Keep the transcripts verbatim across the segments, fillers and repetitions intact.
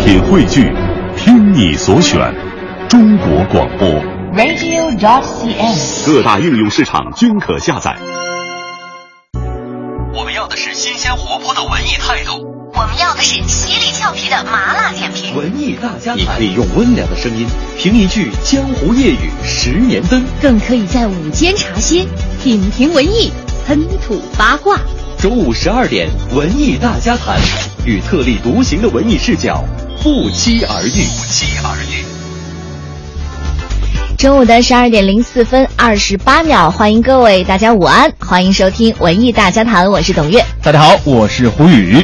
品汇聚，听你所选，中国广播 radio dot c n， 各大应用市场均可下载。 我们要的是新鲜活泼的文艺态度， 我们要的是犀利俏皮的麻辣点评。 文艺大家谈， 你可以用温良的声音评一句江湖夜雨十年灯， 更可以在午间茶歇品评文艺，喷吐八卦。 周五十二点，文艺大家谈，与特立独行的文艺视角不期而遇。 不期而遇。 中午的十二点零四分二十八秒，欢迎各位，大家午安，欢迎收听文艺大家谈，我是董月。 大家好，我是胡宇。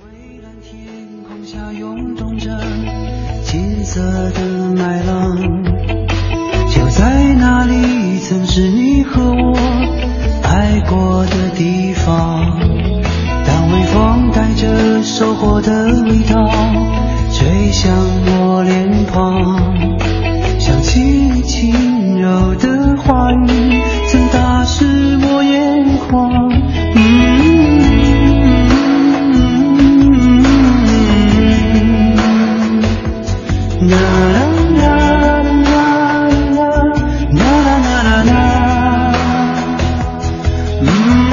金色的麦浪，就在那里，曾是你和我爱过的地方。当微风带着收获的味道吹向我脸庞，想起你轻柔的话语曾打湿我眼眶。嗯啦啦啦啦啦啦啦啦，嗯。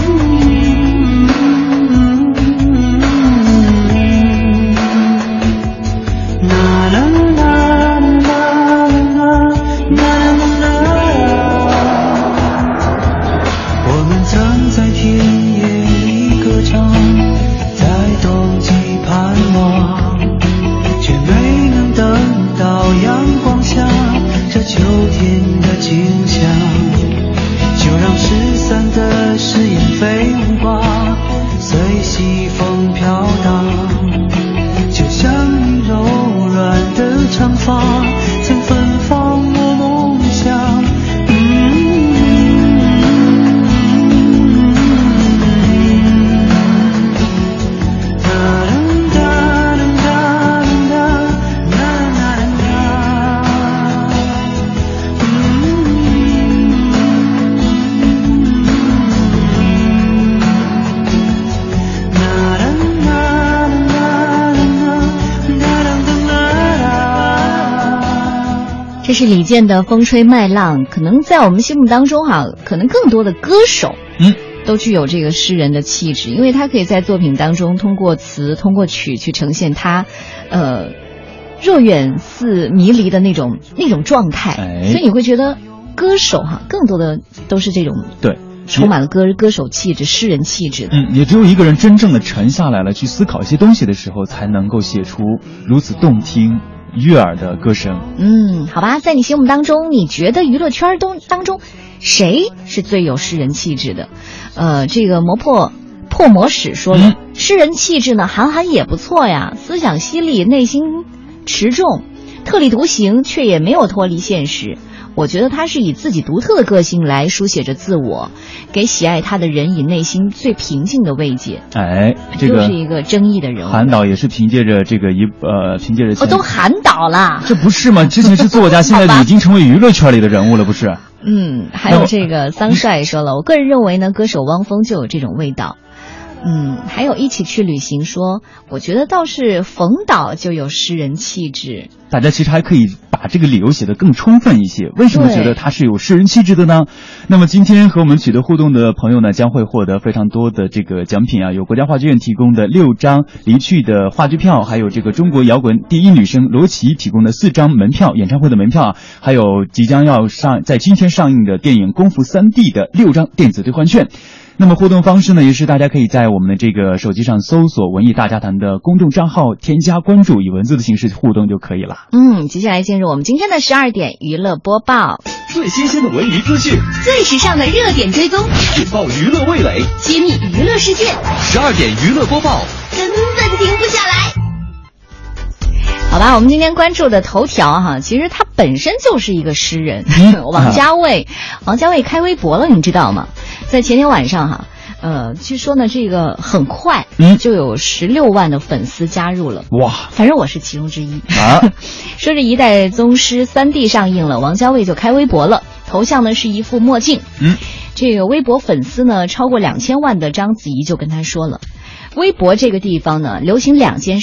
这是李健的风吹麦浪，可能在我们心目当中哈、啊，可能更多的歌手嗯都具有这个诗人的气质，因为他可以在作品当中通过词通过曲去呈现他呃若远似迷离的那种那种状态、哎、所以你会觉得歌手哈、啊、更多的都是这种对充满了歌歌手气质诗人气质的。 嗯，也只有一个人真正的沉下来了去思考一些东西的时候，才能够写出如此动听悦耳的歌声。 嗯，好吧，在你心目当中，你觉得娱乐圈当当中谁是最有诗人气质的？呃，这个磨破破魔史说了，嗯、诗人气质呢，韩寒也不错呀，思想犀利，内心持重，特立独行，却也没有脱离现实。我觉得他是以自己独特的个性来书写着自我，给喜爱他的人以内心最平静的慰藉。 哎，这个就是一个争议的人物。 韩导也是凭借着这个一呃，凭借着哦，都韩导了， 这不是吗？之前是作家，现在已经成为娱乐圈里的人物了，不是？ 嗯，还有这个桑帅说了，我个人认为呢，歌手汪峰就有这种味道。嗯，还有一起去旅行说，我觉得倒是冯导就有诗人气质。 大家其实还可以把这个理由写得更充分一些，为什么觉得他是有诗人气质的呢？那么今天和我们取得互动的朋友呢，将会获得非常多的这个奖品啊，有国家话剧院提供的六张离去的话剧票，还有这个中国摇滚第一女生罗琦提供的四张门票，演唱会的门票啊，还有即将要上在今天上映的电影《功夫 三 D》的六张电子兑换券。那么互动方式呢，也是大家可以在我们的这个手机上搜索文艺大家谈的公众账号，添加关注，以文字的形式互动就可以了。 嗯，接下来进入我们今天的十二点娱乐播报， 最新鲜的文娱资讯， 最时尚的热点追踪， 引爆娱乐味蕾， 揭秘娱乐世界。 十二点娱乐播报， 根本停不下来。好吧，我们今天关注的头条哈，其实他本身就是一个诗人，王家卫。王家卫开微博了，你知道吗？在前天晚上哈，呃，据说呢，这个很快就有十六万的粉丝加入了。 哇， 反正我是其中之一啊。 说这一代宗师 三 D 上映了，王家卫就开微博了，头像呢是一副墨镜。嗯，这个微博粉丝呢超过两千万的章子怡就跟他说了。微博这个地方呢，流行两件事，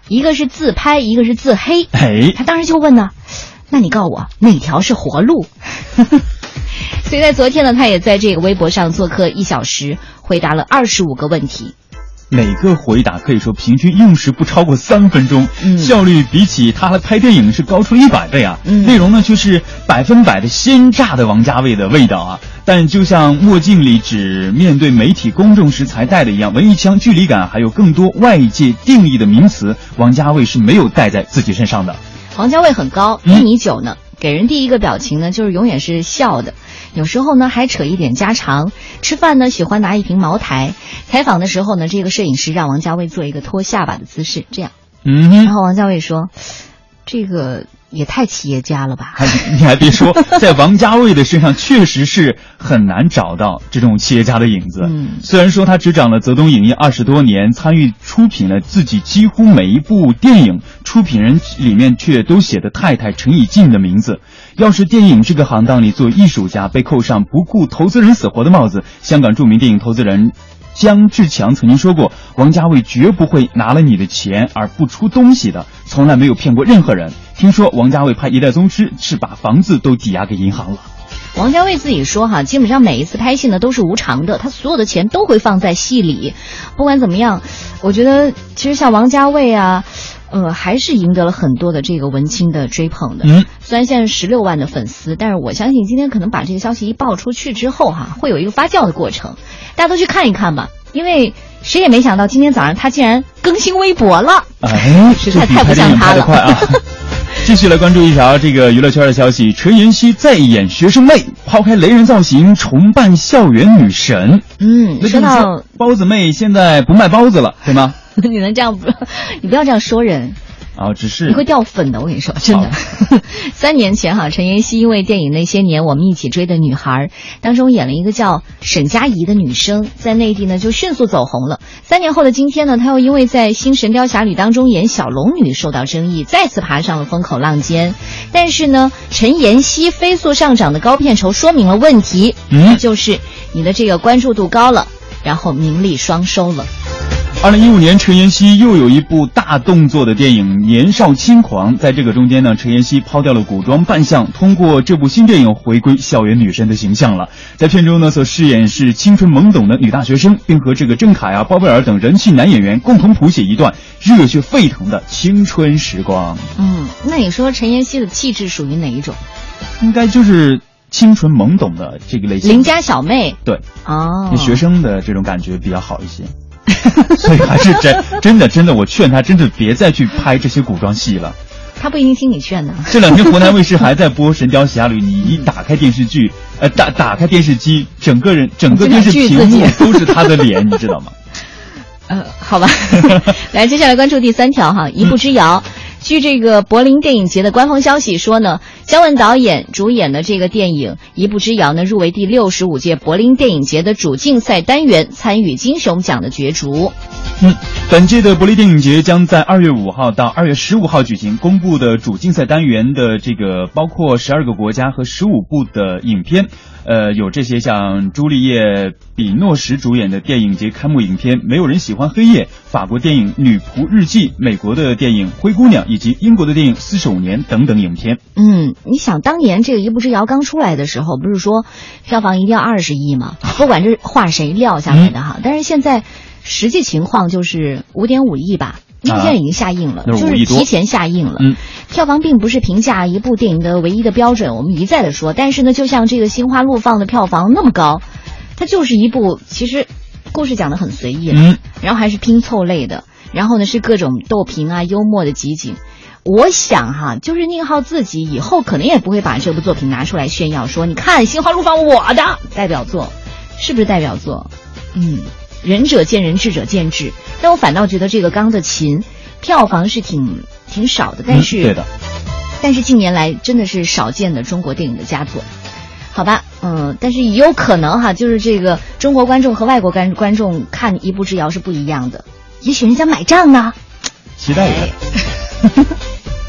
一个是自拍，一个是自黑。 哎， 他当时就问呢，那你告诉我哪条是活路？所以在昨天呢，他也在这个微博上做客一小时，回答了二十五个问题。 每个回答可以说平均用时不超过三分钟，嗯、效率比起他来拍电影是高出了一百倍啊！嗯、内容呢却是百分百的鲜榨的王家卫的味道啊！但就像墨镜里只面对媒体公众时才带的一样，文艺腔、距离感，还有更多外界定义的名词，王家卫是没有带在自己身上的。 王家卫很高，一米九呢，给人第一个表情呢就是永远是笑的。有时候呢还扯一点家常，吃饭呢喜欢拿一瓶茅台，采访的时候呢这个摄影师让王家卫做一个托下巴的姿势，这样，嗯，然后王家卫说，这个也太企业家了吧。 你还别说，在王家卫的身上确实是很难找到这种企业家的影子。嗯，虽然说他执掌了泽东影业二十多年，参与出品了自己几乎每一部电影，出品人里面却都写的太太陈以静的名字。要是电影这个行当里做艺术家被扣上不顾投资人死活的帽子，香港著名电影投资人姜志强曾经说过，王家卫绝不会拿了你的钱而不出东西的，从来没有骗过任何人。听说王家卫拍《一代宗师》是把房子都抵押给银行了。 王家卫自己说哈，基本上每一次拍戏呢都是无偿的，他所有的钱都会放在戏里。不管怎么样，我觉得其实像王家卫啊，呃，还是赢得了很多的这个文青的追捧的。嗯，虽然现在十六万的粉丝，但是我相信今天可能把这个消息一爆出去之后哈，会有一个发酵的过程，大家都去看一看吧。因为谁也没想到今天早上他竟然更新微博了，哎，实在太不像他了。快啊！ 继续来关注一条这个娱乐圈的消息，陈妍希再演学生妹，抛开雷人造型，重扮校园女神。 嗯，说到包子妹现在不卖包子了，对吗？ 你能这样不？你不要这样说人。 啊、哦，只是你会掉粉的，我跟你说，真的。三年前哈，陈妍希因为电影《那些年我们一起追的女孩》当中演了一个叫沈佳宜的女生，在内地呢就迅速走红了。三年后的今天呢，她又因为在《新神雕侠侣》当中演小龙女受到争议，再次爬上了风口浪尖。但是呢，陈妍希飞速上涨的高片酬说明了问题，嗯，就是你的这个关注度高了，然后名利双收了。 二零一五年，陈妍希又有一部大动作的电影《年少轻狂》。在这个中间呢，陈妍希抛掉了古装扮相，通过这部新电影回归校园女神的形象了。在片中呢，所饰演是清纯懵懂的女大学生，并和这个郑恺啊、包贝尔等人气男演员共同谱写一段热血沸腾的青春时光。 嗯，那你说陈妍希的气质属于哪一种？ 应该就是清纯懵懂的这个类型。 邻家小妹。 对， 哦， 学生的这种感觉比较好一些。所以还是真真的真的，我劝他真的别再去拍这些古装戏了。 他不一定听你劝的。 这两天湖南卫视还在播《神雕侠侣》，你一打开电视剧，呃，打打开电视机，整个人整个电视屏幕都是他的脸，你知道吗？ 呃，好吧。来，接下来关注第三条哈，一步之遥。嗯，据这个柏林电影节的官方消息说呢，姜文导演主演的这个电影《一步之遥》呢，入围第六十五届柏林电影节的主竞赛单元，参与金熊奖的角逐。 嗯，本届的柏林电影节将在二月五号到二月十五号举行，公布的主竞赛单元的这个包括十二个国家和十五部的影片。呃，有这些像朱丽叶·比诺什主演的电影节开幕影片《没有人喜欢黑夜》，法国电影《女仆日记》，美国的电影《灰姑娘》，以及英国的电影《四十五年》等等影片。 嗯，你想当年这个《一步之遥》刚出来的时候，不是说票房一定要二十亿吗？不管这话谁撂下来的哈，嗯、但是现在实际情况就是五点五亿吧。因为现在已经下映了，啊、就是提前下映了。嗯，票房并不是评价一部电影的唯一的标准，我们一再的说。但是呢，就像这个《心花怒放》的票房那么高，它就是一部其实故事讲得很随意，嗯，然后还是拼凑类的，然后呢是各种逗评啊、幽默的集锦。我想哈，就是宁浩自己以后可能也不会把这部作品拿出来炫耀，说你看《心花怒放》我的代表作，是不是代表作？嗯。仁者见仁，智者见智，但我反倒觉得这个《钢的琴》票房是挺挺少的，但是、 嗯、对的， 但是近年来真的是少见的中国电影的佳作，好吧，嗯，但是也有可能哈，就是这个中国观众和外国观观众看《一步之遥》是不一样的，也许人家买账呢， 期待一下。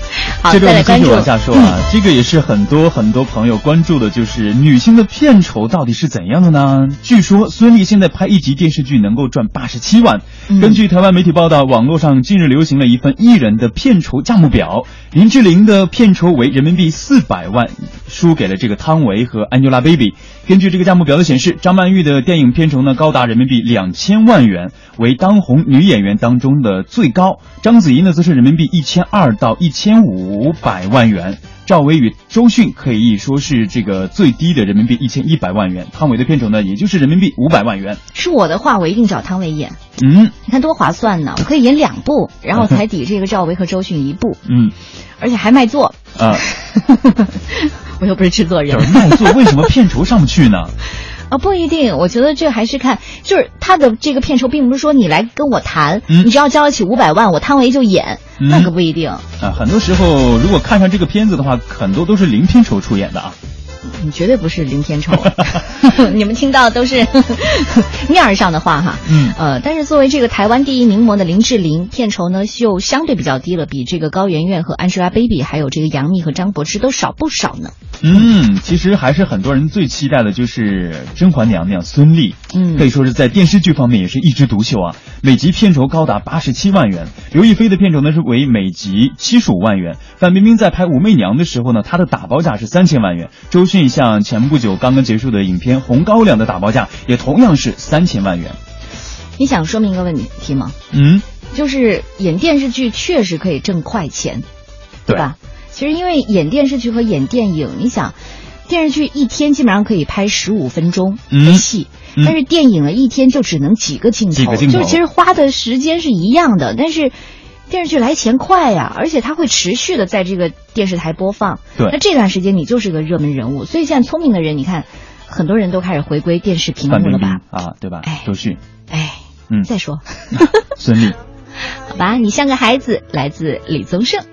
接着我们继续往下说啊，嗯、这个也是很多很多朋友关注的，就是女星的片酬到底是怎样的呢？据说孙俪现在拍一集电视剧能够赚八十七万。嗯、根据台湾媒体报道，网络上近日流行了一份艺人的片酬价目表，林志玲的片酬为人民币四百万，输给了这个汤唯和 Angelababy。根据这个价目表的显示，张曼玉的电影片酬呢高达人民币两千万元，为当红女演员当中的最高。章子怡呢则是人民币一千二到一千五百万元。赵薇与周迅可以说是这个最低的人民币一千一百万元，汤唯的片酬呢也就是人民币五百万元。 是我的话，我一定找汤唯演。 嗯， 你看多划算呢，我可以演两部，然后才抵这个赵薇和周迅一部。 嗯， 而且还卖座啊。 我又不是制作人。 卖座为什么片酬上不去呢？ 啊，不一定，我觉得这还是看，就是他的这个片酬，并不是说你来跟我谈， 嗯、 你只要交得起五百万，我汤唯就演， 嗯、 那可不一定啊。 很多时候，如果看上这个片子的话，很多都是零片酬出演的啊。 你绝对不是零片酬，你们听到都是面儿上的话哈。 嗯， 呃，但是作为这个台湾第一名模的林志玲，片酬呢就相对比较低了，比这个高圆圆和 Angelababy 还有这个杨幂和张柏芝都少不少呢。 嗯，其实还是很多人最期待的就是甄嬛娘娘孙俪， 嗯， 可以说是在电视剧方面也是一枝独秀啊，每集片酬高达八十七万元。刘亦菲的片酬呢是为每集七十五万元，范冰冰在拍武媚娘的时候呢，她的打包价是三千万元。周迅像前不久刚刚结束的影片《红高粱》的打包价也同样是三千万元。 你想说明一个问题吗？ 嗯， 就是演电视剧确实可以挣快钱，对吧？其实因为演电视剧和演电影，你想，电视剧一天基本上可以拍十五分钟的戏， 嗯、 但是电影呢一天就只能几个镜头， 几个镜头， 就是其实花的时间是一样的，但是电视剧来钱快呀，而且它会持续的在这个电视台播放。 对， 那这段时间你就是个热门人物，所以现在聪明的人，你看，很多人都开始回归电视屏幕了吧？ 啊，对吧？ 哎， 周迅， 哎， 嗯， 再说， 孙俪， 好吧，你像个孩子，来自李宗盛。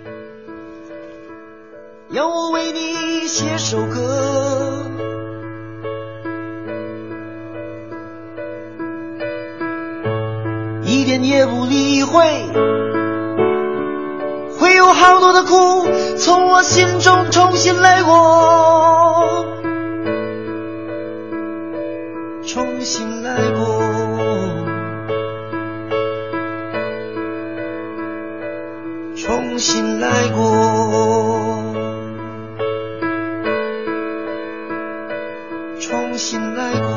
要我为你写首歌，一点也不理会，会有好多的苦从我心中重新来过，重新来过，重新来过，重新来过。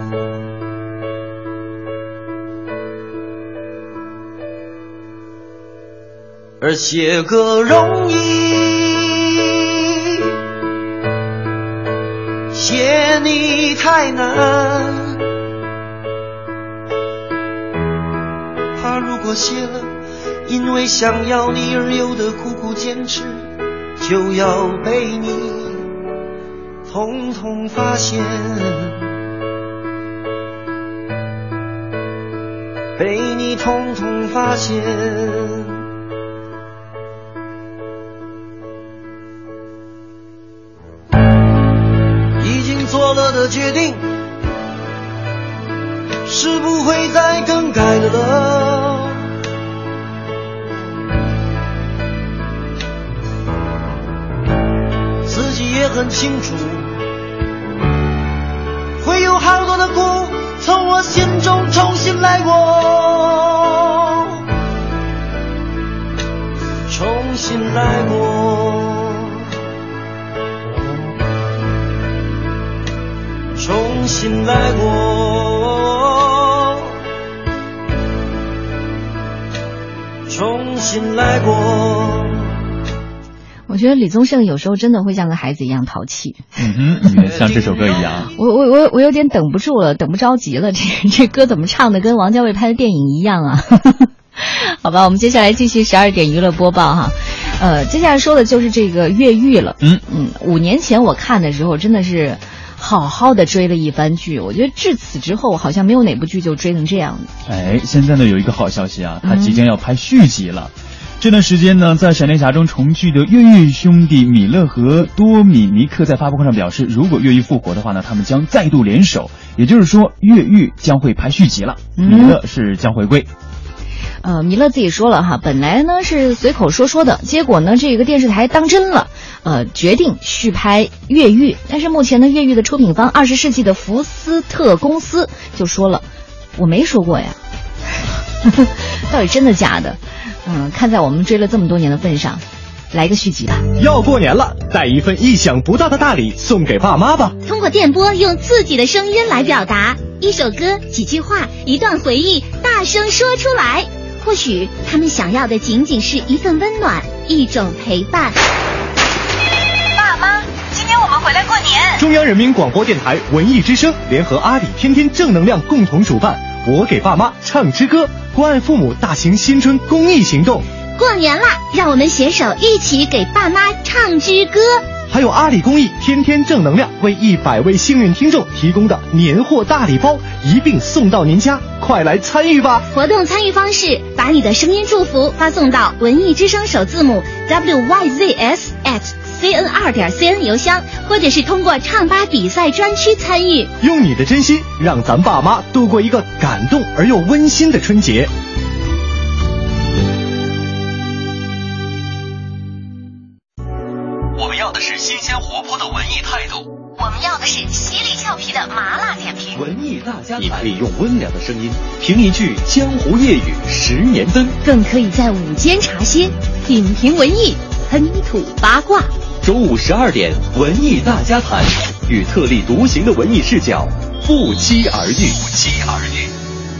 而写歌容易，写你太难，怕如果写了，因为想要你而有的苦苦坚持，就要被你统统发现，被你统统发现。已经做了的决定是不会再更改的了，自己也很清楚，会有好多的苦从我心中重新来过，重新来过，重新来过，重新来过。 我觉得李宗盛有时候真的会像个孩子一样淘气。 嗯哼，像这首歌一样。 我我我我有点等不住了，等不着急了。这这歌怎么唱的跟王家卫拍的电影一样啊？好吧，我们接下来继续十二点娱乐播报哈。呃，接下来说的就是这个越狱了。 嗯嗯，五年前我看的时候真的是好好的追了一番剧，我觉得至此之后好像没有哪部剧就追成这样的。 哎，现在呢有一个好消息啊，它即将要拍续集了。嗯，这段时间呢，在闪电侠中重聚的越狱兄弟米勒和多米尼克在发布会上表示，如果越狱复活的话呢，他们将再度联手，也就是说越狱将会拍续集了，米勒是将回归。 呃，弥勒自己说了哈，本来呢是随口说说的，结果呢这个电视台当真了，呃，决定续拍越狱。但是目前呢，越狱的出品方二十世纪的福斯特公司就说了，我没说过呀，到底真的假的？嗯、呃，看在我们追了这么多年的份上，来个续集吧。 要过年了，带一份意想不到的大礼送给爸妈吧。 通过电波用自己的声音来表达，一首歌、几句话、一段回忆，大声说出来。或许他们想要的仅仅是一份温暖，一种陪伴。 爸妈，今天我们回来过年。 中央人民广播电台文艺之声联合阿里天天正能量共同主办我给爸妈唱支歌关爱父母大型新春公益行动。 过年啦，让我们携手一起给爸妈唱支歌。 还有阿里公益天天正能量为一百位幸运听众提供的年货大礼包，一并送到您家，快来参与吧！ 活动参与方式：把你的声音祝福发送到文艺之声首字母 W Y Z S at C N 二点 C N 邮箱，或者是通过唱吧比赛专区参与。 用你的真心，让咱爸妈度过一个感动而又温馨的春节。 我们要的是新鲜活泼的文艺态度， 我们要的是犀利俏皮的麻辣点评。 文艺大家谈，你可以用温良的声音评一句江湖夜雨十年灯， 更可以在午间茶歇品评文艺，喷吐八卦。 中午十二点，文艺大家谈，与特立独行的文艺视角不期而遇。 不期而遇。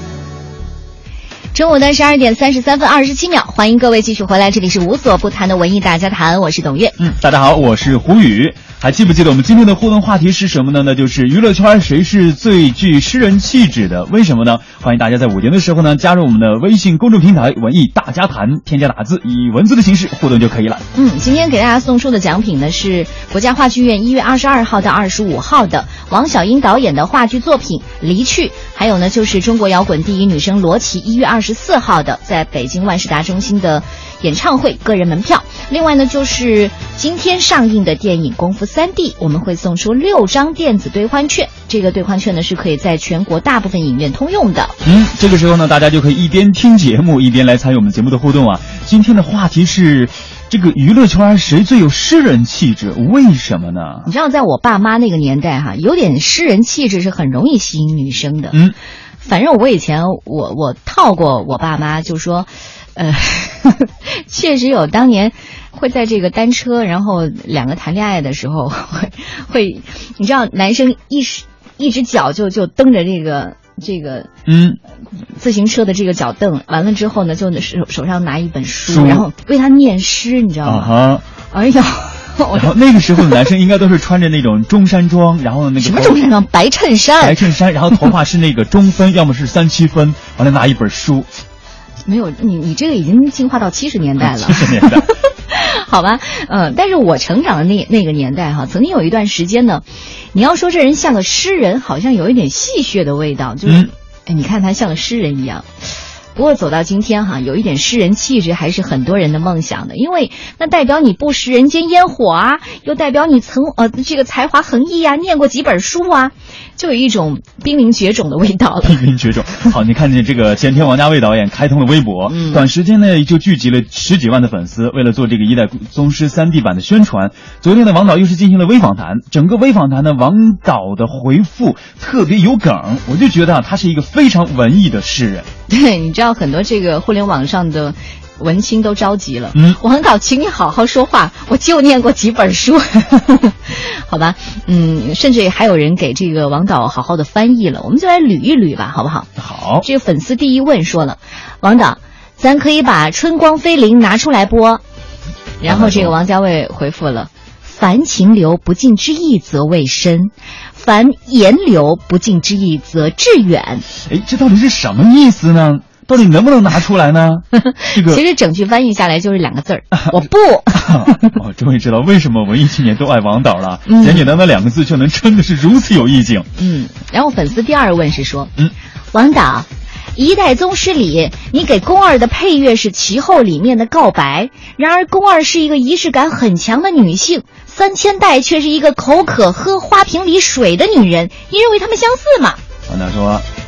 中午的十二点三十三分二十七秒，欢迎各位继续回来，这里是无所不谈的文艺大家谈，我是董月。 嗯，大家好，我是胡宇。还记不记得我们今天的互动话题是什么呢？那就是娱乐圈谁是最具诗人气质的？为什么呢？欢迎大家在午间的时候呢，加入我们的微信公众平台文艺大家谈，添加打字以文字的形式互动就可以了。 嗯，今天给大家送出的奖品呢是国家话剧院一月二十二号到二十五号的王小英导演的话剧作品《离去》，还有呢就是中国摇滚第一女生罗琦一月二十四号的在北京万事达中心的演唱会个人门票。另外呢就是今天上映的电影《功夫三 D》，我们会送出六张电子兑换券，这个兑换券呢是可以在全国大部分影院通用的。 嗯，这个时候呢大家就可以一边听节目一边来参与我们节目的互动啊。今天的话题是这个娱乐圈谁最有诗人气质？为什么呢？ 你知道在我爸妈那个年代哈，有点诗人气质是很容易吸引女生的。 嗯， 反正我以前我我套过我爸妈，就说呃确实有当年会在这个单车，然后两个谈恋爱的时候会会你知道男生一一只脚就就蹬着这个这个嗯自行车的这个脚蹬，完了之后呢就手手上拿一本书， 书然后为他念诗，你知道吗？ 啊哈， 哎呀， 然后那个时候的男生应该都是穿着那种中山装，然后那个什么中山装？白衬衫， 白衬衫，然后头发是那个中分，要么是三七分，完了拿一本书。 没有，你你这个已经进化到七十年代了。 七十年代， 好吧，呃，但是我成长的那那个年代哈，曾经有一段时间呢，你要说这人像个诗人，好像有一点戏谑的味道，就是， 嗯、 哎，你看他像个诗人一样。不过走到今天哈，有一点诗人气质还是很多人的梦想的，因为那代表你不食人间烟火啊，又代表你曾呃这个才华横溢啊，念过几本书啊，就有一种濒临绝种的味道了。 濒临绝种。好，你看见这个前天王家卫导演开通了微博， 嗯、 短时间内就聚集了十几万的粉丝。为了做这个一代宗师 三 D 版的宣传，昨天的王导又是进行了微访谈。整个微访谈呢，王导的回复特别有梗，我就觉得啊，他是一个非常文艺的诗人。 对，你知道很多这个互联网上的文青都着急了。 嗯， 王导，请你好好说话，我就念过几本书，好吧？嗯，甚至还有人给这个王导好好的翻译了，我们就来捋一捋吧，好不好？ 好。 这个粉丝第一问说了，王导，咱可以把《春光飞临》拿出来播。然后这个王家卫回复了：凡情流不尽之意则未深，凡言流不尽之意则致远。 哎，这到底是什么意思呢？到底能不能拿出来呢？这个其实整句翻译下来就是两个字儿，我不。 我终于知道为什么文艺青年都爱王导了，嗯、简简单单两个字就能真的是如此有意境。 嗯，然后粉丝第二问是说， 嗯， 王导，一代宗师里，你给宫二的配乐是其后里面的告白，然而宫二是一个仪式感很强的女性，三千代却是一个口渴喝花瓶里水的女人，你认为她们相似吗？ 王导说，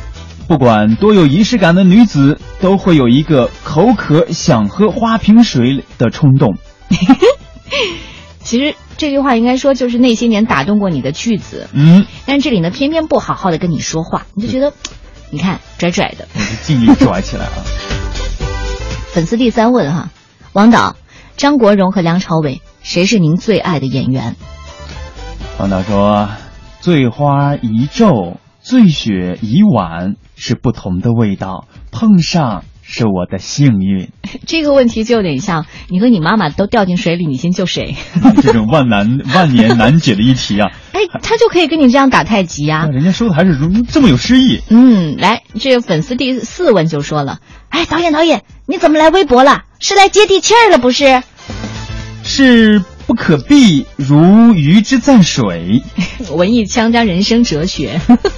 不管多有仪式感的女子，都会有一个口渴想喝花瓶水的冲动。 其实这句话应该说就是那些年打动过你的句子， 嗯， 但是这里呢偏偏不好好的跟你说话，你就觉得，你看拽拽的， 我就尽力拽起来了。 粉丝第三问哈，王导，张国荣和梁朝伟谁是您最爱的演员？ 王导说，醉花一昼，醉雪一晚是不同的味道，碰上是我的幸运。 这个问题就有点像你和你妈妈都掉进水里，你先救谁？ 这种万难万年难解的一题啊！ 哎，他就可以跟你这样打太极啊！ 人家说的还是这么有诗意。 嗯，来，这个粉丝第四问就说了，哎，导演导演，你怎么来微博了？是来接地气儿了不是？ 是不可避如鱼之在水。 文艺腔加人生哲学。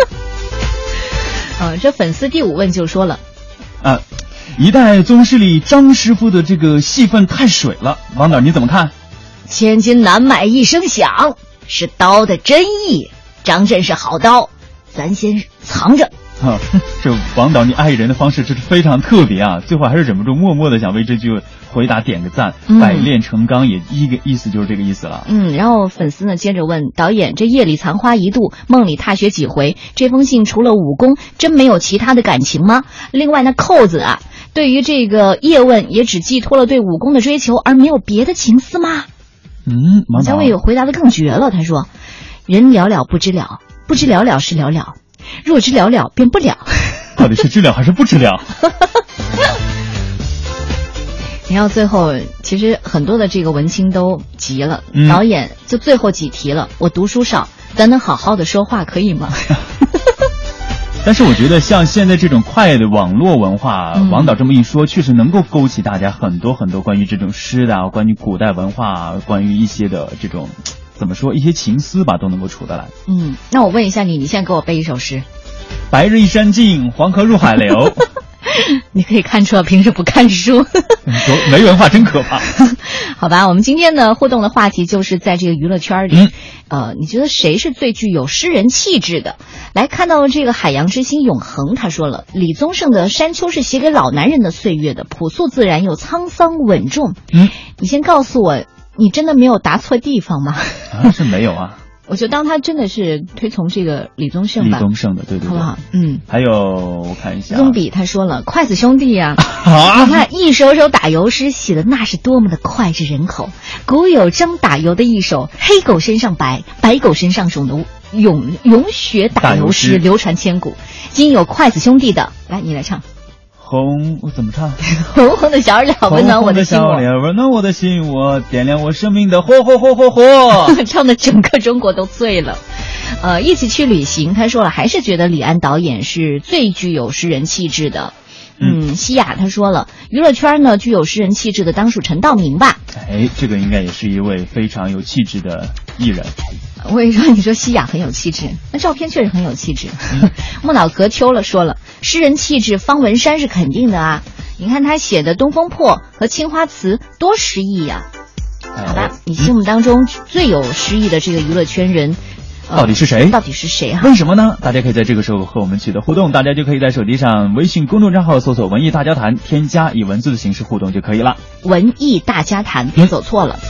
呃，这粉丝第五问就说了， 啊，一代宗师里张师傅的这个戏份太水了，王导你怎么看？ 千金难买一声响，是刀的真意。张震是好刀，咱先藏着。 啊，这王导你爱人的方式真是非常特别啊！最后还是忍不住默默的想为这句回答点个赞。 嗯、 百炼成钢也一个意思就是这个意思了。 嗯，然后粉丝呢接着问导演，这夜里残花一度，梦里踏雪几回，这封信除了武功，真没有其他的感情吗？另外那扣子啊，对于这个叶问也只寄托了对武功的追求，而没有别的情思吗？ 嗯，王导姜伟有回答的更绝了，他说：“人了了不知了，不知了了是了了。”若知了了便不了， 到底是知了还是不知了？ 然后最后其实很多的这个文青都急了， 嗯、 导演就最后几题了，我读书少，咱能好好的说话可以吗？ 但是我觉得像现在这种快的网络文化， 嗯、 王导这么一说，确实能够勾起大家很多很多关于这种诗的啊，关于古代文化，关于一些的这种。怎么说，一些情思吧都能够出得来。 嗯，那我问一下你，你现在给我背一首诗。 白日依山尽，黄河入海流。 你可以看出来平时不看书。 没文化真可怕。 好吧，我们今天呢互动的话题就是在这个娱乐圈里， 嗯、 呃，你觉得谁是最具有诗人气质的？来看到这个海洋之心永恒，他说了，李宗盛的《山丘》是写给老男人的岁月的，朴素自然又沧桑稳重。 嗯， 你先告诉我。你真的没有答错地方吗？ 啊，是没有啊。 我就当他真的是推崇这个李宗盛吧。 李宗盛的，对对对， 好不好？嗯。 还有我看一下， 宗比他说了，筷子兄弟啊，啊你看一首首打油诗写的那是多么的脍炙人口。古有张打油的一首，黑狗身上白，白狗身上肿的咏咏雪打油诗流传千古。今有筷子兄弟的，来你来唱。 红，我怎么唱？ 红红的小脸温暖我的心， 红红的小脸温暖我的心，我点亮我生命的火火火火火。 唱的整个中国都醉了。呃，一起去旅行，他说了，还是觉得李安导演是最具有诗人气质的。嗯，西雅他说了，娱乐圈呢具有诗人气质的当属陈道明吧。 哎，这个应该也是一位非常有气质的艺人。 我跟你说，你说西雅很有气质，那照片确实很有气质。木脑壳秋了说了，诗人气质方文山是肯定的啊，你看他写的《东风破》和《青花瓷》多诗意呀、啊。好吧，你心目当中最有诗意的这个娱乐圈人。 呃、到底是谁？ 到底是谁哈、啊？ 为什么呢？大家可以在这个时候和我们取得互动，大家就可以在手机上微信公众账号搜索“文艺大家谈”，添加以文字的形式互动就可以了。 文艺大家谈，别走错了。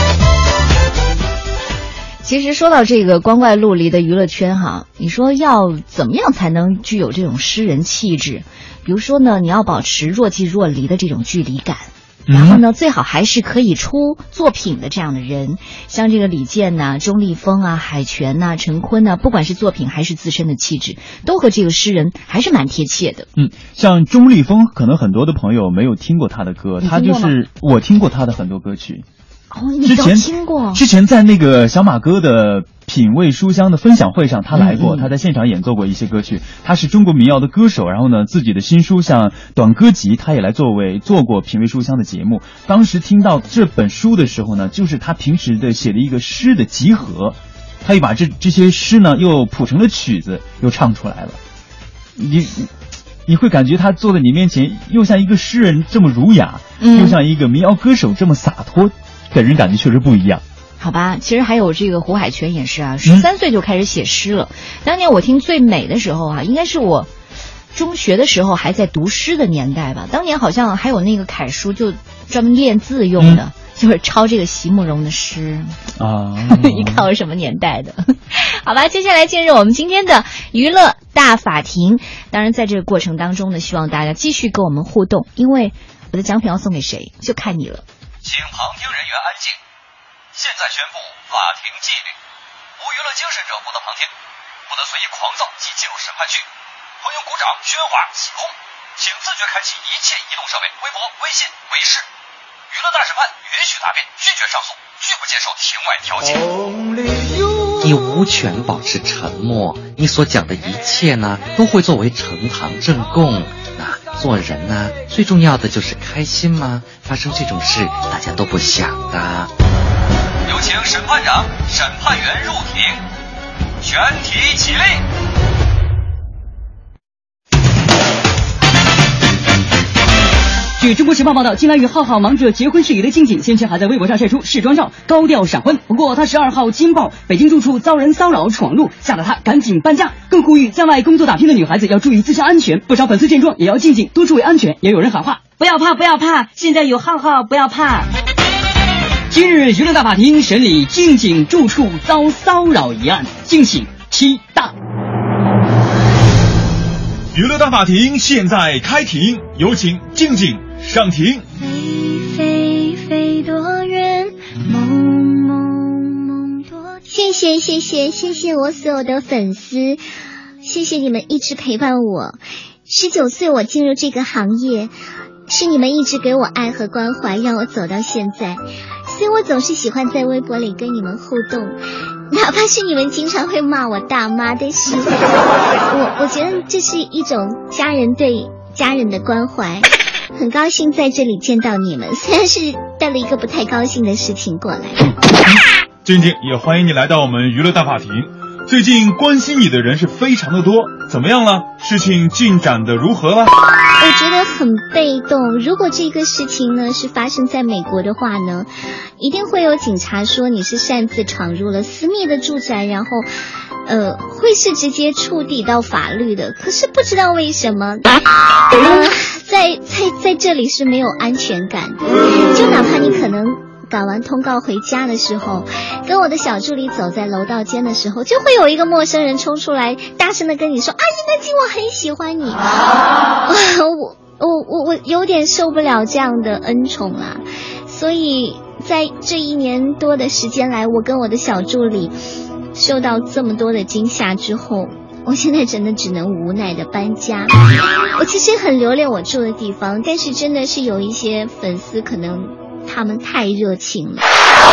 其实说到这个光怪陆离的娱乐圈哈，你说要怎么样才能具有这种诗人气质？比如说呢，你要保持若即若离的这种距离感。然后呢，最好还是可以出作品的这样的人，像这个李健呐、钟立风啊、海泉呐、陈坤呐，不管是作品还是自身的气质，都和这个诗人还是蛮贴切的。 嗯，像钟立风，可能很多的朋友没有听过他的歌，他就是我听过他的很多歌曲。 哦，你都听过？ 之前在那个小马哥的品味书香的分享会上，他来过， 嗯嗯他在现场演奏过一些歌曲。他是中国民谣的歌手，然后呢，自己的新书像短歌集，他也来作为做过品味书香的节目。当时听到这本书的时候呢，就是他平时的写的一个诗的集合，他又把这这些诗呢又谱成了曲子，又唱出来了。你你会感觉他坐在你面前，又像一个诗人这么儒雅， 嗯、 又像一个民谣歌手这么洒脱。给人感觉确实不一样。 好吧，其实还有这个胡海泉也是啊，十三岁就开始写诗了。嗯、当年我听《最美》的时候啊，应该是我中学的时候还在读诗的年代吧，当年好像还有那个楷书，就专门练字用的，嗯、就是抄这个席慕容的诗啊。 一看我什么年代的？好吧，接下来进入我们今天的娱乐大法庭。当然，在这个过程当中呢，希望大家继续跟我们互动，因为我的奖品要送给谁，就看你了。 请旁听人员安静。现在宣布法庭纪律：无娱乐精神者不得旁听，不得随意狂躁即进入审判区。欢迎鼓掌、喧哗、起哄，请自觉开启一切移动设备，微博、微信、微视。娱乐大审判允许答辩，拒绝上诉，拒不接受庭外调解。 你无权保持沉默，你所讲的一切呢，都会作为呈堂证供。那做人呢，最重要的就是开心吗？发生这种事，大家都不想的。 有请审判长、审判员入庭，全体起立。 据中国时报报道，近来与浩浩忙着结婚事宜的静静，先前还在微博上晒出试妆照，高调闪婚。不过她十二号惊爆北京住处遭人骚扰闯入，吓得她赶紧搬家，更呼吁在外工作打拼的女孩子要注意自身安全。不少粉丝见状也要静静多注意安全，也有人喊话：不要怕，不要怕，现在有浩浩，不要怕。今日娱乐大法庭审理静静住处遭骚扰一案，敬请期待。 娱乐大法庭现在开庭，有请静静上庭。 飞飞飞多远，梦梦梦多。谢谢谢谢谢谢我所有的粉丝，谢谢你们一直陪伴我。十九岁我进入这个行业，是你们一直给我爱和关怀，让我走到现在。所以我总是喜欢在微博里跟你们互动，哪怕是你们经常会骂我大妈，但是我我觉得这是一种家人对家人的关怀。很高兴在这里见到你们，虽然是带了一个不太高兴的事情过来。 静静，也欢迎你来到我们娱乐大法庭。最近关心你的人是非常的多，怎么样了？事情进展的如何了？ 我觉得很被动。如果这个事情呢是发生在美国的话呢，一定会有警察说你是擅自闯入了私密的住宅，然后呃会是直接触底到法律的。可是不知道为什么呃在在在这里是没有安全感的，就哪怕你可能搞完通告回家的时候，跟我的小助理走在楼道间的时候，就会有一个陌生人冲出来大声的跟你说：阿姨那静，我很喜欢你。我我我我有点受不了这样的恩宠啦。所以在这一年多的时间来，我跟我的小助理受到这么多的惊吓之后，我现在真的只能无奈的搬家。我其实很留恋我住的地方，但是真的是有一些粉丝可能他们太热情了。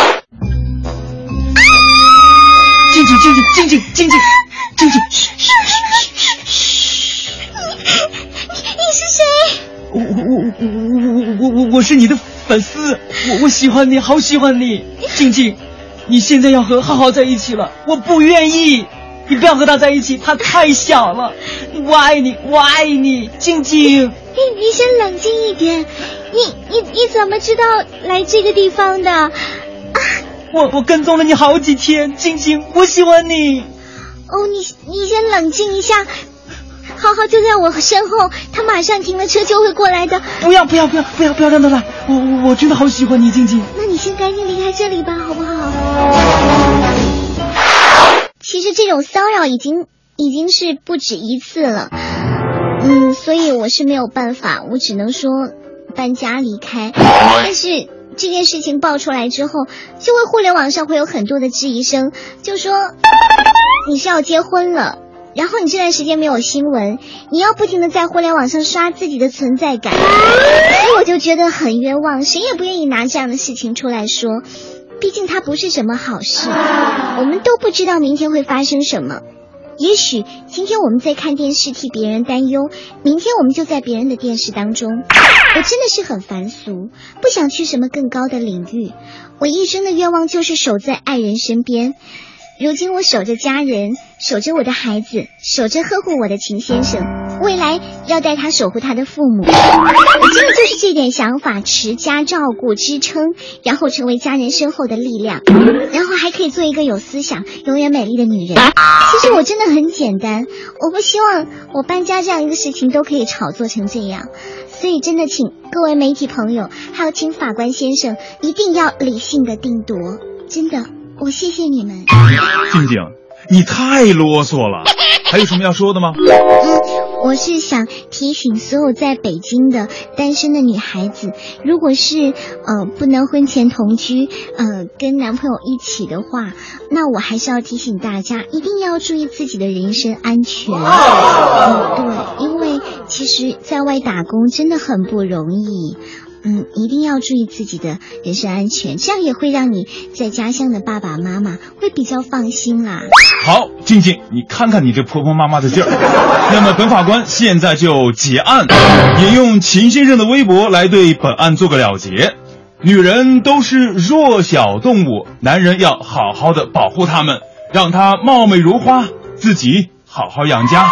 静静静静静静静静静静，嘘嘘嘘嘘嘘。 你是谁？ 我我我我我我我是你的粉丝，我我喜欢你，好喜欢你。静静，你现在要和浩浩在一起了，我不愿意。你不要和他在一起，他太小了。我爱你，我爱你，静静。 你你先冷静一点。你你你怎么知道来这个地方的？啊、 我我跟踪了你好几天，静静，我喜欢你。 哦，你你先冷静一下。浩浩就在我身后，他马上停了车就会过来的。 不要不要不要不要不要让他来，我我我真的好喜欢你，静静。 那你先赶紧离开这里吧，好不好？其实这种骚扰已经已经是不止一次了，嗯，所以我是没有办法，我只能说搬家离开。但是这件事情爆出来之后，就会互联网上会有很多的质疑声，就说你是要结婚了，然后你这段时间没有新闻，你要不停的在互联网上刷自己的存在感，所以我就觉得很冤枉，谁也不愿意拿这样的事情出来说，毕竟它不是什么好事，我们都不知道明天会发生什么。也许今天我们在看电视替别人担忧，明天我们就在别人的电视当中。我真的是很凡俗，不想去什么更高的领域，我一生的愿望就是守在爱人身边。如今我守着家人，守着我的孩子，守着呵护我的秦先生， 未来要带他守护他的父母。我真的就是这点想法，持家照顾支撑，然后成为家人身后的力量，然后还可以做一个有思想永远美丽的女人。其实我真的很简单，我不希望我搬家这样一个事情都可以炒作成这样，所以真的请各位媒体朋友还有请法官先生一定要理性的定夺，真的我谢谢你们。 静静，你太啰嗦了，还有什么要说的吗？ 嗯，我是想提醒所有在北京的单身的女孩子，如果是呃不能婚前同居，呃跟男朋友一起的话，那我还是要提醒大家，一定要注意自己的人身安全。嗯，对，因为其实在外打工真的很不容易。嗯，一定要注意自己的人身安全，这样也会让你在家乡的爸爸妈妈会比较放心啦。 好，静静，你看看你这婆婆妈妈的劲儿。那么本法官现在就结案，引用秦先生的微博来对本案做个了结。女人都是弱小动物，男人要好好的保护她们，让她貌美如花，自己好好养家。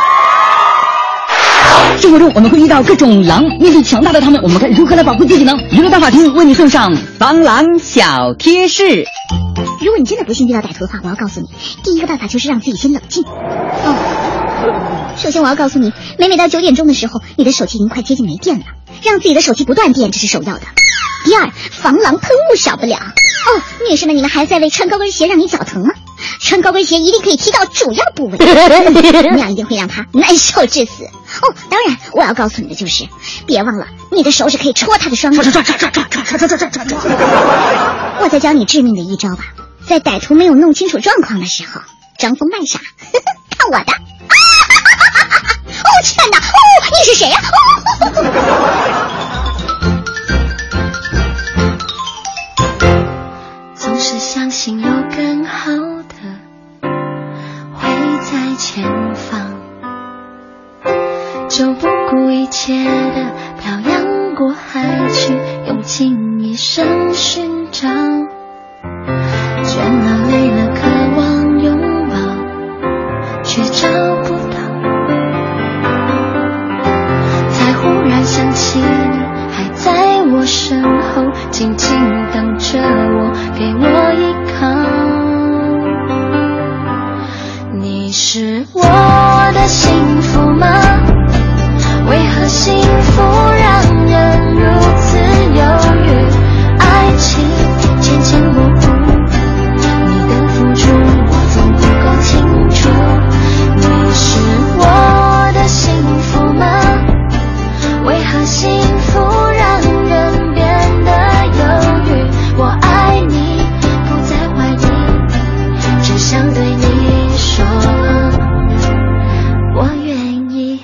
生活中我们会遇到各种狼，面对强大的他们，我们该如何来保护自己呢？娱乐大法庭为你送上防狼小贴士。 如果你真的不幸遇到歹徒的话，我要告诉你，第一个办法就是让自己先冷静。哦，首先我要告诉你，每每到九点钟的时候，你的手机已经快接近没电了，让自己的手机不断电，这是首要的。第二，防狼喷雾少不了。哦，女士们，你们还在为穿高跟鞋让你脚疼吗？穿高跟鞋一定可以踢到主要部位，那样一定会让他难受致死。哦，当然，我要告诉你的就是，别忘了，你的手指可以戳他的双眼。我再教你致命的一招吧，在歹徒没有弄清楚状况的时候，装疯卖傻，呵呵，看我的！啊、哦天哪！哦，你是谁呀、 哦？总是相信有更好的会在前方，就不顾一切的漂洋过海去，用尽一生寻找，倦了累了渴望拥抱，却找不到，才忽然想起你还在我身后，静静等着我，给我依靠。你是我的幸福吗？为何幸福让人如此犹豫？爱情渐渐模糊，你的付出我总不够清楚。你是我的幸福吗？为何幸福让人变得犹豫？我爱你，不再怀疑，只想对你说我愿意。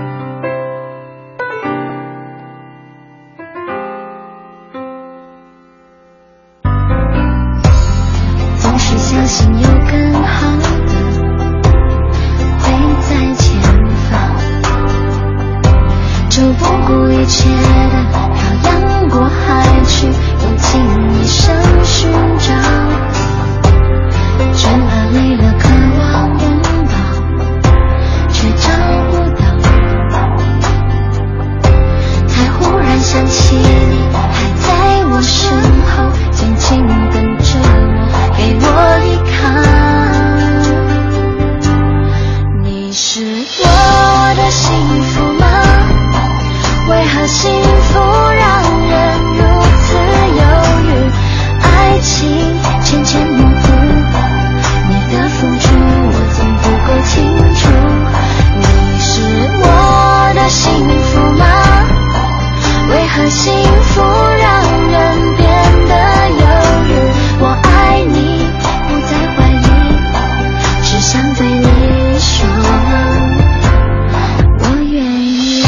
总是相信有更好的会在前方，就不顾一切的漂洋过海去，用尽一生寻找，倦了累了渴望拥抱，却找不到，才忽然想起你还在我身后，静静等着我，给我依靠。你是我的幸福吗？为何幸福让人如此犹豫？爱情渐渐模糊，你的付出我总不够清楚。你是我的幸福吗？为何幸福让人变得犹豫？我爱你，不再怀疑，只想对你说我愿意。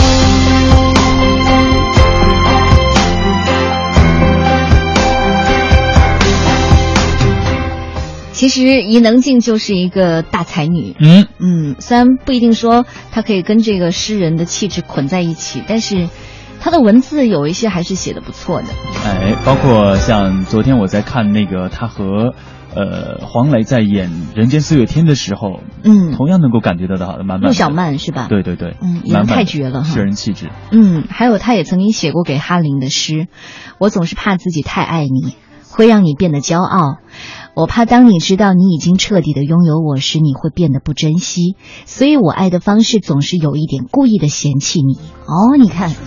其实伊能静就是一个大才女， 嗯嗯，虽然不一定说她可以跟这个诗人的气质捆在一起，但是他的文字有一些还是写的不错的。 哎，包括像昨天我在看那个他和呃黄磊在演《人间四月天》的时候， 嗯， 同样能够感觉得到的，满满的。 陆小曼是吧？ 对对对， 嗯，演得太绝了哈， 诗人气质。 嗯，还有他也曾经写过给哈林的诗，我总是怕自己太爱你，会让你变得骄傲。我怕当你知道你已经彻底的拥有我时，你会变得不珍惜，所以我爱的方式总是有一点故意的嫌弃你。哦，你看。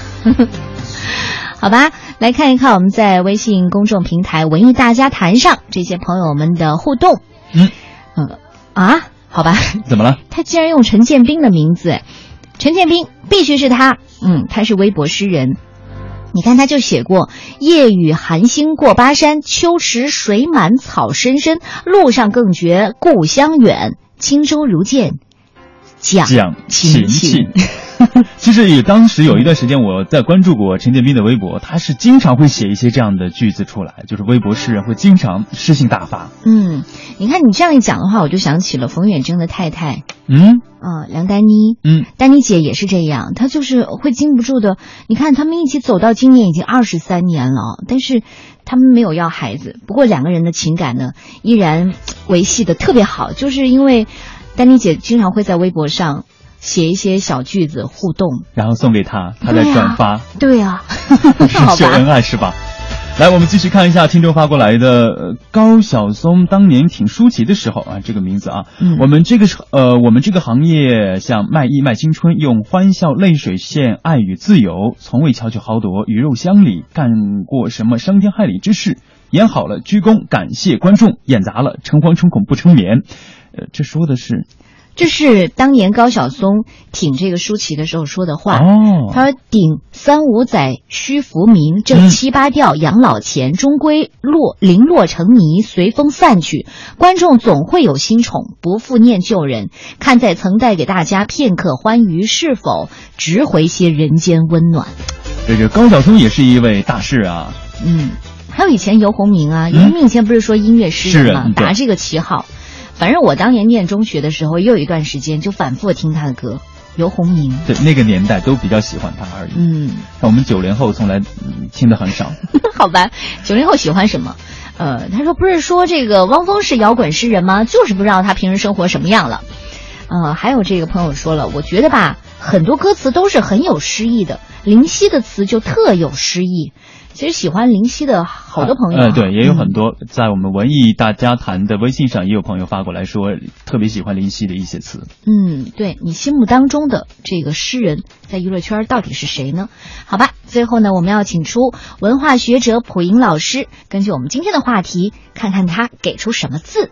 好吧，来看一看我们在微信公众平台文艺大家谈上这些朋友们的互动。 嗯嗯啊，好吧， 怎么了？ 他竟然用陈建斌的名字，陈建斌必须是他。嗯，他是微博诗人。你看，他就写过夜雨寒星过巴山，秋池水满草深深，路上更觉故乡远，轻舟如剑讲琴琴。其实也当时有一段时间我在关注过陈建斌的微博，他是经常会写一些这样的句子出来，就是微博诗人会经常诗性大发。 嗯，你看你这样一讲的话，我就想起了冯远征的太太， 嗯啊、呃，梁丹妮， 嗯， 丹妮姐也是这样，她就是会禁不住的。你看他们一起走到今年已经二十三年了，但是他们没有要孩子，不过两个人的情感呢依然维系的特别好，就是因为丹妮姐经常会在微博上写一些小句子互动， 然后送给他，他再转发。 对呀、 啊，是秀恩爱是吧？来，我们继续看一下听众发过来的、呃、高晓松当年挺舒淇的时候啊，这个名字啊， 嗯、 我们这个呃，我们这个行业像卖艺卖青春，用欢笑泪水献爱与自由，从未强求豪夺，鱼肉乡里，干过什么伤天害理之事？演好了鞠躬感谢观众，演砸了诚惶诚恐不成眠。呃，这说的是。 这是当年高晓松挺这个舒淇的时候说的话。 哦， 他说顶三五载须浮名，正七八调养老钱，终归落零落成泥，随风散去。观众总会有新宠，不负念旧人。看在曾带给大家片刻欢愉，是否值回些人间温暖？ 这个高晓松也是一位大师啊。 嗯，还有以前游鸿明啊，游鸿明以前不是说音乐诗人嘛，打这个旗号。反正我当年念中学的时候，也有一段时间就反复听他的歌，游鸿明。 对，那个年代都比较喜欢他而已。 嗯， 我们九零后从来、嗯、听得很少。 好吧，九零后喜欢什么？呃，他说不是说这个汪峰是摇滚诗人吗？就是不知道他平时生活什么样了。呃，还有这个朋友说了，我觉得吧，很多歌词都是很有诗意的，林夕的词就特有诗意。其实喜欢林夕的好多朋友、啊， 呃，对，也有很多、嗯、在我们文艺大家谈的微信上也有朋友发过来说，特别喜欢林夕的一些词。 嗯，对，你心目当中的这个诗人，在娱乐圈到底是谁呢？好吧，最后呢，我们要请出文化学者蒲莹老师，根据我们今天的话题，看看他给出什么字。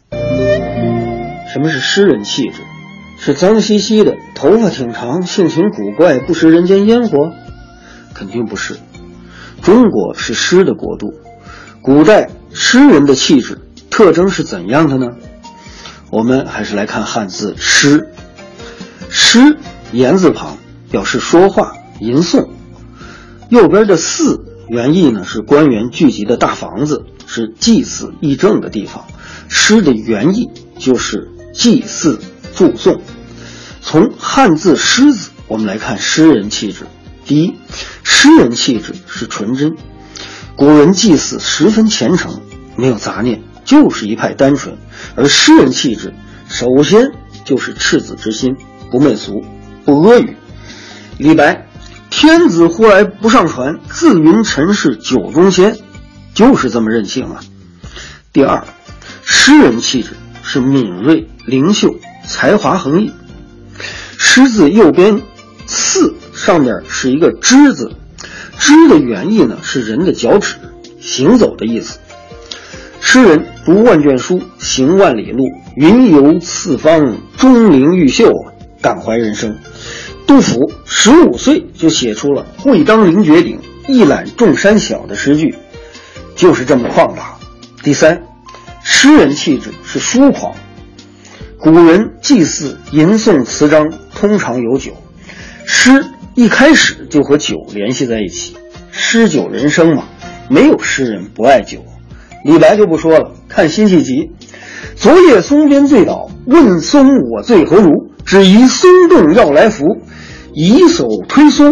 什么是诗人气质？是脏兮兮的，头发挺长，性情古怪，不食人间烟火？肯定不是。中国是诗的国度，古代诗人的气质特征是怎样的呢？我们还是来看汉字诗。诗言字旁表示说话吟诵，右边的寺原意呢是官员聚集的大房子，是祭祀议政的地方。诗的原意就是祭祀祝颂。从汉字诗字我们来看诗人气质。第一，诗人气质是纯真，古人祭祀十分虔诚，没有杂念，就是一派单纯。而诗人气质首先就是赤子之心，不媚俗，不阿谀。李白，天子呼来不上船，自云臣是酒中仙，就是这么任性啊。第二，诗人气质是敏锐灵秀，才华横溢。诗字右边刺上面是一个之字，之的原意呢是人的脚趾，行走的意思。诗人读万卷书，行万里路，云游四方，钟灵毓秀，感怀人生。杜甫十五岁就写出了会当凌绝顶，一览众山小的诗句，就是这么旷达。第三，诗人气质是疏狂。古人祭祀吟诵词章通常有酒，诗一开始就和酒联系在一起，诗酒人生嘛，没有诗人不爱酒。李白就不说了，看辛弃疾，昨夜松边醉倒，问松我醉何如？只疑松动要来扶，以手推松，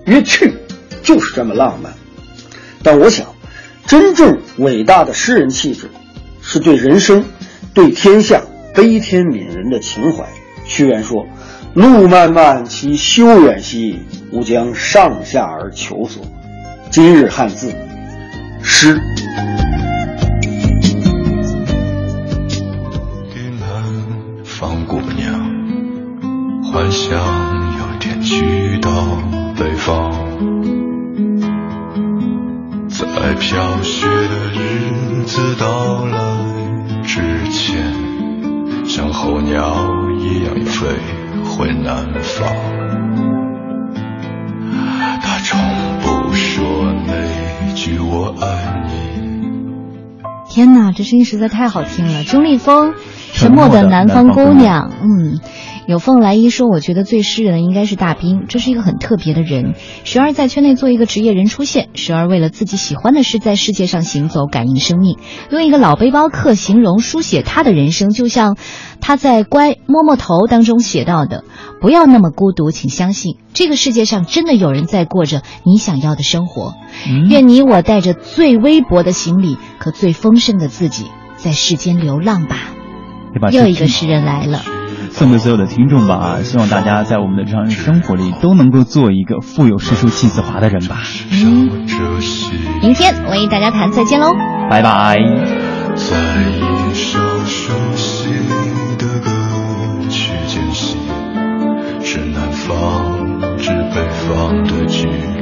越去就是这么浪漫。但我想，真正伟大的诗人气质，是对人生、对天下悲天悯人的情怀。屈原说：“路漫漫其修远兮，吾将上下而求索。”今日汉字，诗。 放姑娘，幻想有天去到北方，在飘雪的日子到来之前，像候鸟一样飞回南方。他从不说那句我爱你。 天哪，这声音实在太好听了！钟立风，沉默的南方姑娘。嗯，有凤来一说，我觉得最诗人的应该是大兵，这是一个很特别的人，时而在圈内做一个职业人出现，时而为了自己喜欢的事在世界上行走，感应生命。用一个老背包客形容书写他的人生，就像他在《乖摸摸头》当中写到的：不要那么孤独，请相信这个世界上真的有人在过着你想要的生活。嗯、愿你我带着最微薄的行李，可最丰盛的自己，在世间流浪吧。又一个诗人来了， 送给所有的听众吧，希望大家在我们的日常生活里都能够做一个富有诗书气自华的人吧。 嗯，明天为大家谈，再见喽， 拜拜。 在一首熟悉的歌曲间隙，是南方至北方的距离。